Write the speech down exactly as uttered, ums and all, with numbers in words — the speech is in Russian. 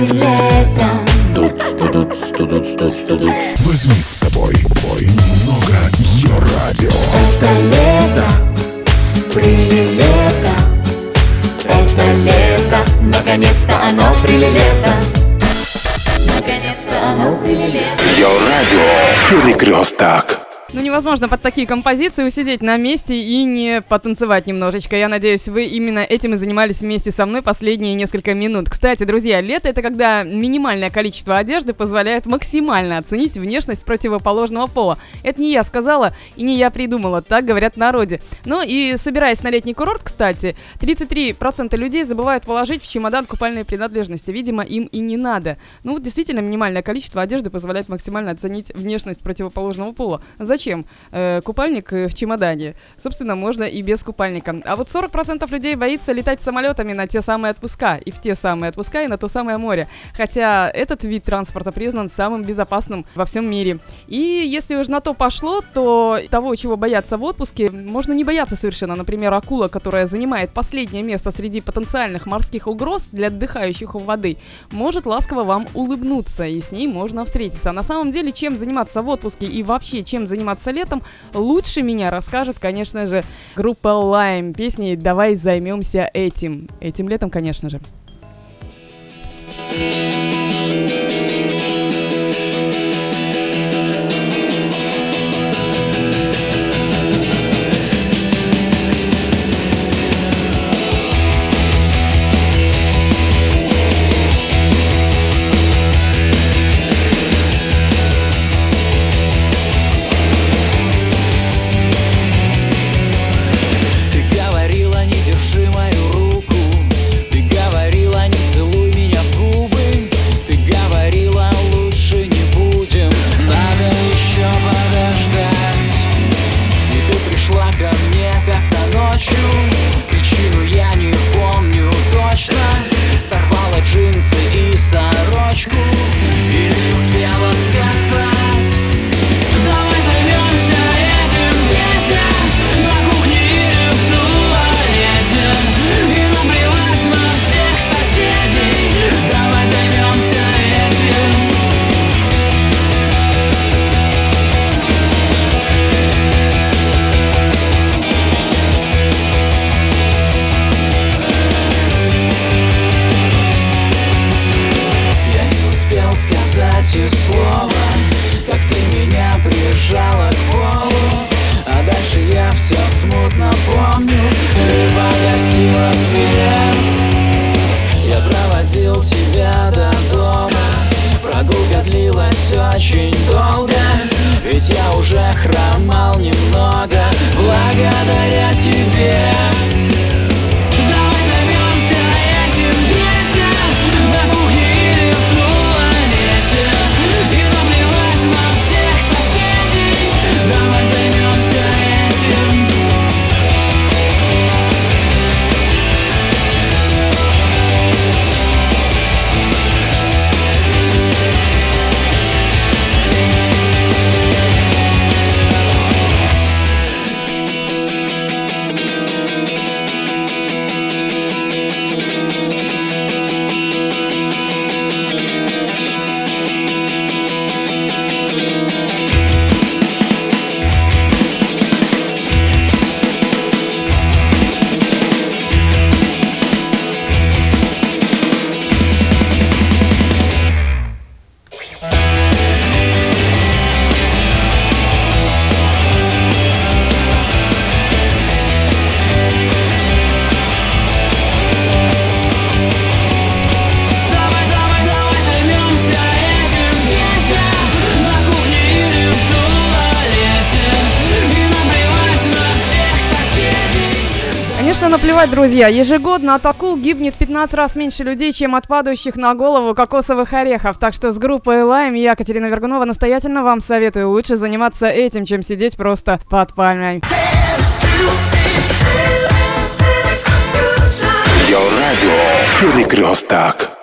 этим летом. Тут, тут, тут, тут, тут. Возьми с собой бой немного Йо-радио. Это лето, прилилето. Это лето, наконец-то оно прилилето. Наконец-то оно прилилето. Йо-радио. Перекресток. Ну, невозможно под такие композиции усидеть на месте и не потанцевать немножечко. Я надеюсь, вы именно этим и занимались вместе со мной последние несколько минут. Кстати, друзья, лето — это когда минимальное количество одежды позволяет максимально оценить внешность противоположного пола. Это не я сказала и не я придумала, так говорят в народе. Ну и собираясь на летний курорт, кстати, тридцать три процента людей забывают положить в чемодан купальные принадлежности. Видимо, им и не надо. Ну вот действительно, минимальное количество одежды позволяет максимально оценить внешность противоположного пола. Зачем? Зачем э, купальник в чемодане? Собственно, можно и без купальника. А вот сорок процентов людей боится летать самолетами на те самые отпуска, и в те самые отпуска, и на то самое море. Хотя этот вид транспорта признан самым безопасным во всем мире. И если уж на то пошло, то того, чего бояться в отпуске, можно не бояться совершенно. Например, акула, которая занимает последнее место среди потенциальных морских угроз для отдыхающих у воды, может ласково вам улыбнуться, и с ней можно встретиться. А на самом деле, чем заниматься в отпуске и вообще чем заниматься летом, лучше меня расскажет, конечно же, группа Lime песней «Давай займемся этим». Этим летом, конечно же. Очень долго, ведь я уже хромал немного благодаря тебе. Давай займемся этим вместе, на кухне или в туалете, и наплевать на всех соседей. Давай займемся этим. Наплевать, друзья. Ежегодно от акул гибнет в пятнадцать раз меньше людей, чем от падающих на голову кокосовых орехов. Так что с группой Lime я, Катерина Вергунова, настоятельно вам советую лучше заниматься этим, чем сидеть просто под пальмой. Йо-радио. Перекресток.